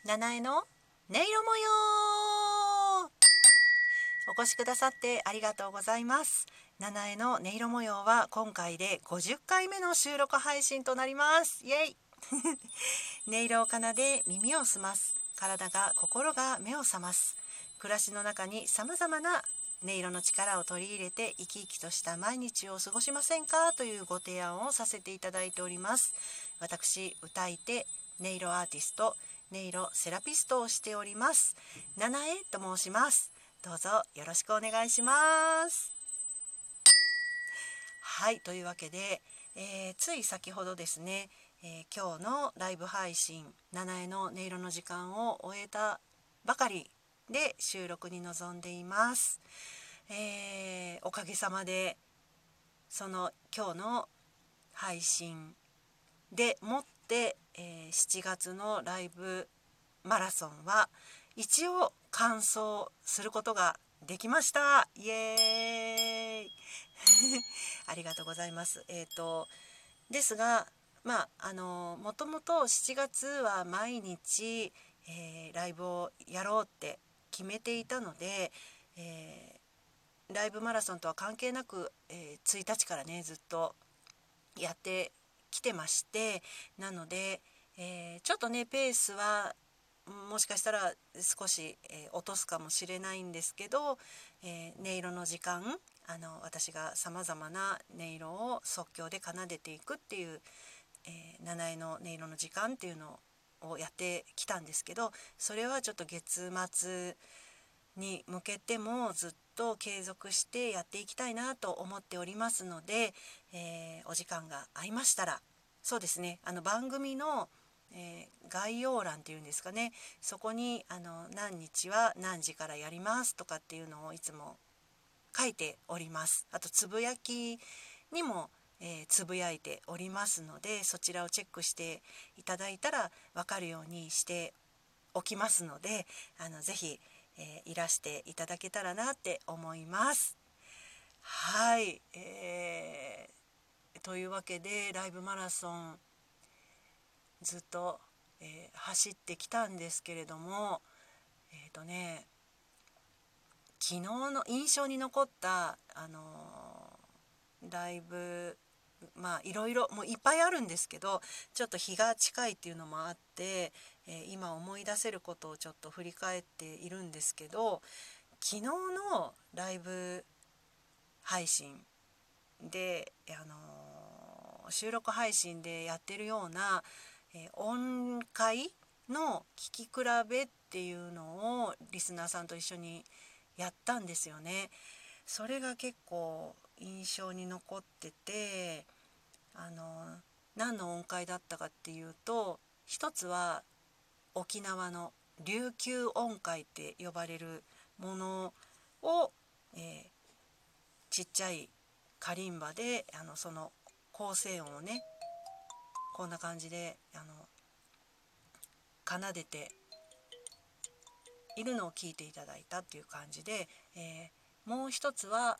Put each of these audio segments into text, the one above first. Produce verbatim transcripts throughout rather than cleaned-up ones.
七重の音色模様。お越しくださってありがとうございます。七重の音色模様は今回でごじゅっかいめの収録配信となります。イエイ音色を奏で耳を澄ます、体が心が目を覚ます、暮らしの中にさまざまな音色の力を取り入れて生き生きとした毎日を過ごしませんかというご提案をさせていただいております。私、歌い手、音色アーティスト、音色セラピストをしております七重と申します。どうぞよろしくお願いします。はい、というわけで、えー、つい先ほどですね、えー、今日のライブ配信七重の音色の時間を終えたばかりで収録に臨んでいます。えー、おかげさまでその今日の配信でもって、えー、しちがつのライブマラソンは一応完走することができました。イエーイありがとうございます。えーとですが、まああのもともとしちがつは毎日、えー、ライブをやろうって決めていたので、えー、ライブマラソンとは関係なく、えー、ついたちからねずっとやってきてまして、なので、えー、ちょっとねペースはもしかしたら少し、えー、落とすかもしれないんですけど、えー、音色の時間、あの私がさまざまな音色を即興で奏でていくっていう、えー、七重の音色の時間っていうのをやってきたんですけど、それはちょっと月末に向けてもずっと継続してやっていきたいなと思っておりますので、えー、お時間が合いましたら、そうですね、あの番組の、えー、概要欄っていうんですかね、そこにあの何日は何時からやりますとかっていうのをいつも書いております。あとつぶやきにも、えー、つぶやいておりますので、そちらをチェックしていただいたら分かるようにしておきますので、あのぜひ、えー、いらしていただけたらなって思います。はい、えー、というわけでライブマラソンずっと、えー、走ってきたんですけれども、えっとね昨日の印象に残ったあのー、ライブ、まあいろいろもういっぱいあるんですけど、ちょっと日が近いっていうのもあって、えー、今思い出せることをちょっと振り返っているんですけど、昨日のライブ配信で、あのー、収録配信でやってるような、えー、音階の聞き比べっていうのをリスナーさんと一緒にやったんですよね。それが結構印象に残ってて、あのー、何の音階だったかっていうと、一つは沖縄の琉球音階って呼ばれるものを、えー、ちっちゃいカリンバであのその構成音をねこんな感じであの奏でているのを聞いていただいたっていう感じで、えー、もう一つは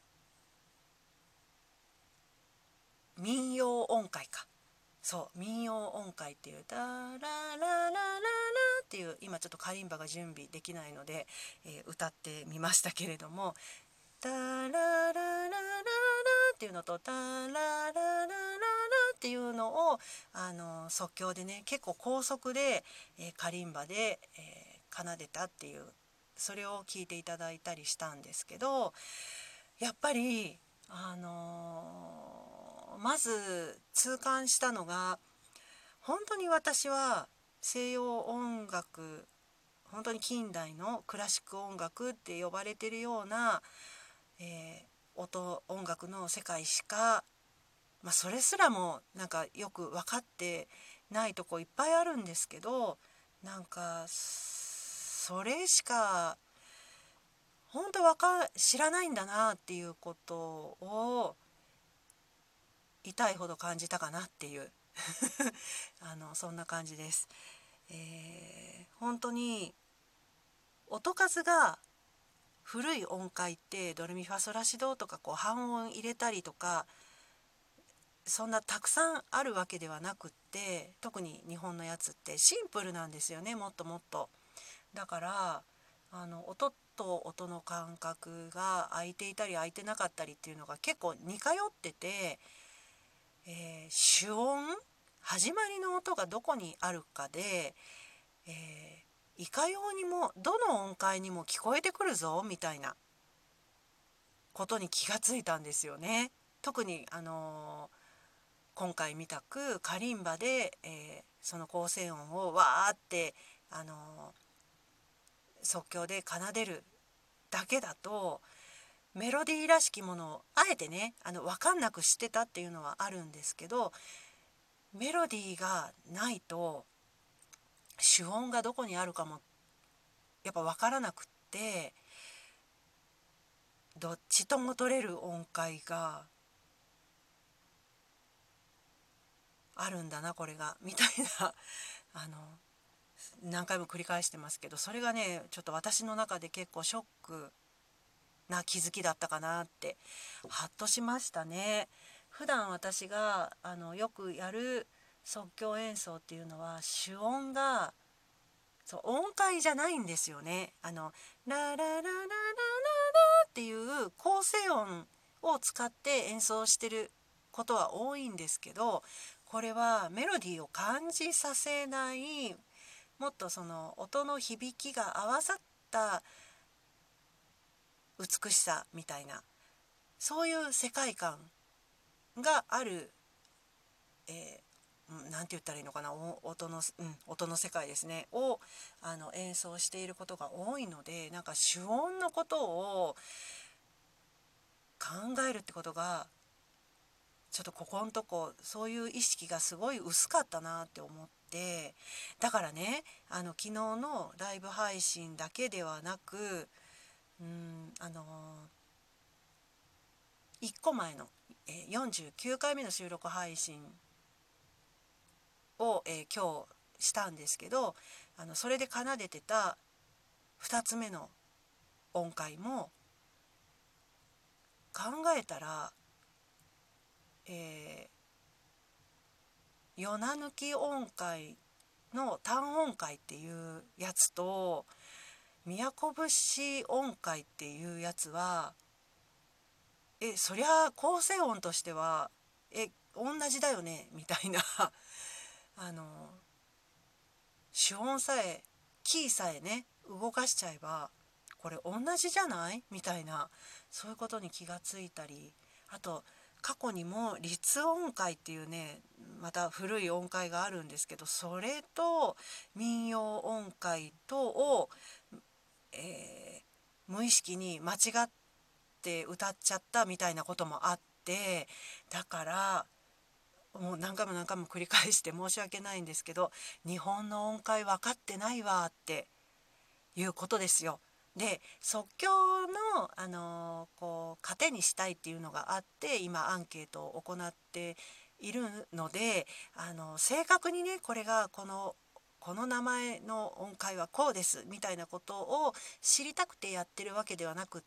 民謡音階か。そう民謡音階っていうタラララララっていう、今ちょっとカリンバが準備できないので、えー、歌ってみましたけれども、タラララララっていうのとタラララララっていうのをあの即興でね結構高速で、えー、カリンバで、えー、奏でたっていう、それを聞いていただいたりしたんですけど、やっぱりあのー、まず痛感したのが、本当に私は西洋音楽、本当に近代のクラシック音楽って呼ばれてるような、えー、音音楽の世界しか、まあ、それすらもなんかよく分かってないとこいっぱいあるんですけど、なんかそれしか本当わか知らないんだなっていうことを痛いほど感じたかなっていうあのそんな感じです。えー、本当に音数が古い音階ってドレミファソラシドとかこう半音入れたりとかそんなたくさんあるわけではなくって、特に日本のやつってシンプルなんですよね、もっともっと。だからあの音と音の感覚が空いていたり空いてなかったりっていうのが結構似通ってて、えー主音、始まりの音がどこにあるかで、えーいかようにもどの音階にも聞こえてくるぞみたいなことに気がついたんですよね。特にあのー今回見たくカリンバで、えーその構成音をわーって、あのー即興で奏でるだけだと、メロディーらしきものをあえてね、あの分かんなくしてたっていうのはあるんですけど、メロディーがないと主音がどこにあるかもやっぱ分からなくって、どっちとも取れる音階があるんだなこれがみたいなあの何回も繰り返してますけど、それがねちょっと私の中で結構ショックな気づきだったかなってハッとしましたね。普段私があのよくやる即興演奏っていうのは主音がそう音階じゃないんですよね。あのラララララララっていう構成音を使って演奏してることは多いんですけど、これはメロディーを感じさせない、もっとその音の響きが合わさった美しさみたいな、そういう世界観がある、えー、なんて言ったらいいのかな、音の、うん、音の世界ですねをあの演奏していることが多いので、なんか主音のことを考えるってことがちょっとここのとこそういう意識がすごい薄かったなって思って、だからねあの昨日のライブ配信だけではなく、うんあのいっこまえの、えー、よんじゅうきゅうかいめの収録配信を、えー、今日したんですけど、あのそれで奏でてたふたつめの音階も考えたら、えー、ヨナ抜き音階の単音階っていうやつと都節音階っていうやつは、えそりゃ構成音としてはえ同じだよねみたいなあの主音さえキーさえね動かしちゃえばこれ同じじゃないみたいな、そういうことに気がついたり、あと過去にも律音階っていうねまた古い音階があるんですけど、それと民謡音階とを、えー無意識に間違って歌っちゃったみたいなこともあって、だからもう何回も何回も繰り返して申し訳ないんですけど、日本の音階分かってないわっていうことですよ。で即興の、あのーこう糧にしたいっていうのがあって今アンケートを行っているので、あの正確にねこれがこのこの名前の音階はこうですみたいなことを知りたくてやってるわけではなくって、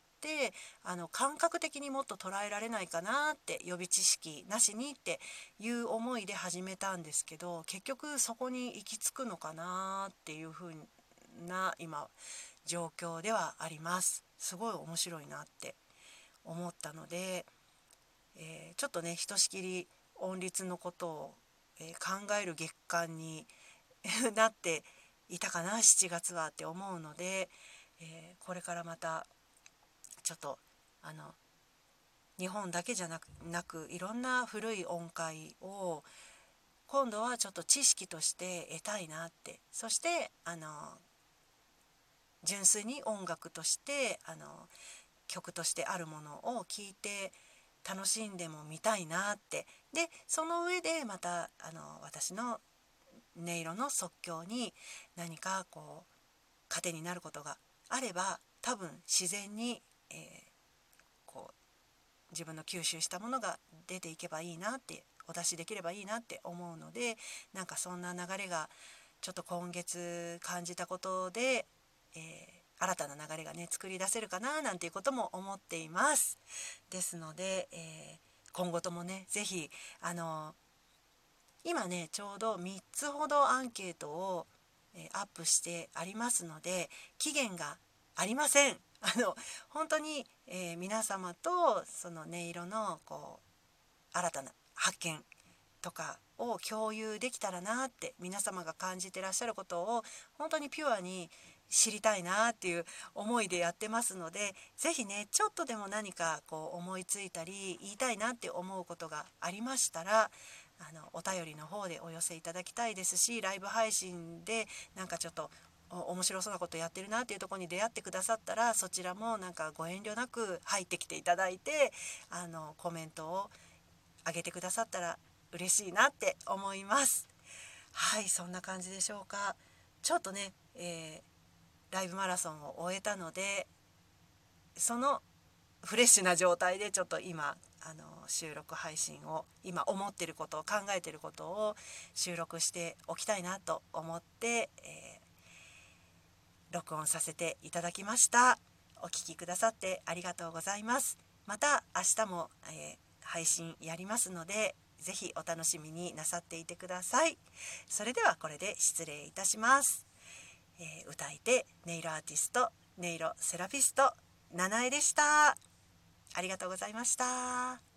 あの感覚的にもっと捉えられないかなって、予備知識なしにっていう思いで始めたんですけど、結局そこに行き着くのかなっていうふうな今状況ではあります。すごい面白いなって思ったので、えーちょっとねひとしきり音律のことを、えー考える月間になっていたかなしちがつはって思うので、えーこれからまたちょっとあの日本だけじゃなく、なくいろんな古い音階を今度はちょっと知識として得たいなって、そしてあの純粋に音楽としてあの曲としてあるものを聴いて楽しんでもみたいなって、でその上でまたあの私の音色の即興に何かこう糧になることがあれば多分自然に、えーこう自分の吸収したものが出ていけばいいなって、お出しできればいいなって思うので、なんかそんな流れがちょっと今月感じたことで、えー新たな流れがね作り出せるかななんていうことも思っています。ですので、えー今後ともねぜひあの今ねちょうどみっつほどアンケートを、えーアップしてありますので、期限がありません。あの本当に、えー皆様とその音色のこう新たな発見とかを共有できたらなって、皆様が感じてらっしゃることを本当にピュアに知りたいなっていう思いでやってますので、ぜひねちょっとでも何かこう思いついたり言いたいなって思うことがありましたら、あのお便りの方でお寄せいただきたいですし、ライブ配信でなんかちょっとお面白そうなことやってるなっていうところに出会ってくださったら、そちらもなんかご遠慮なく入ってきていただいて、あのコメントを上げてくださったら嬉しいなって思います。はい、そんな感じでしょうか。ちょっとね、えーライブマラソンを終えたので、そのフレッシュな状態でちょっと今あの収録配信を、今思ってることを考えてることを収録しておきたいなと思って、えー録音させていただきました。お聞きくださってありがとうございます。また明日も、えー配信やりますので、ぜひお楽しみになさっていてください。それではこれで失礼いたします。えー歌い手、音色アーティスト、音色セラピスト、ななえでした。ありがとうございました。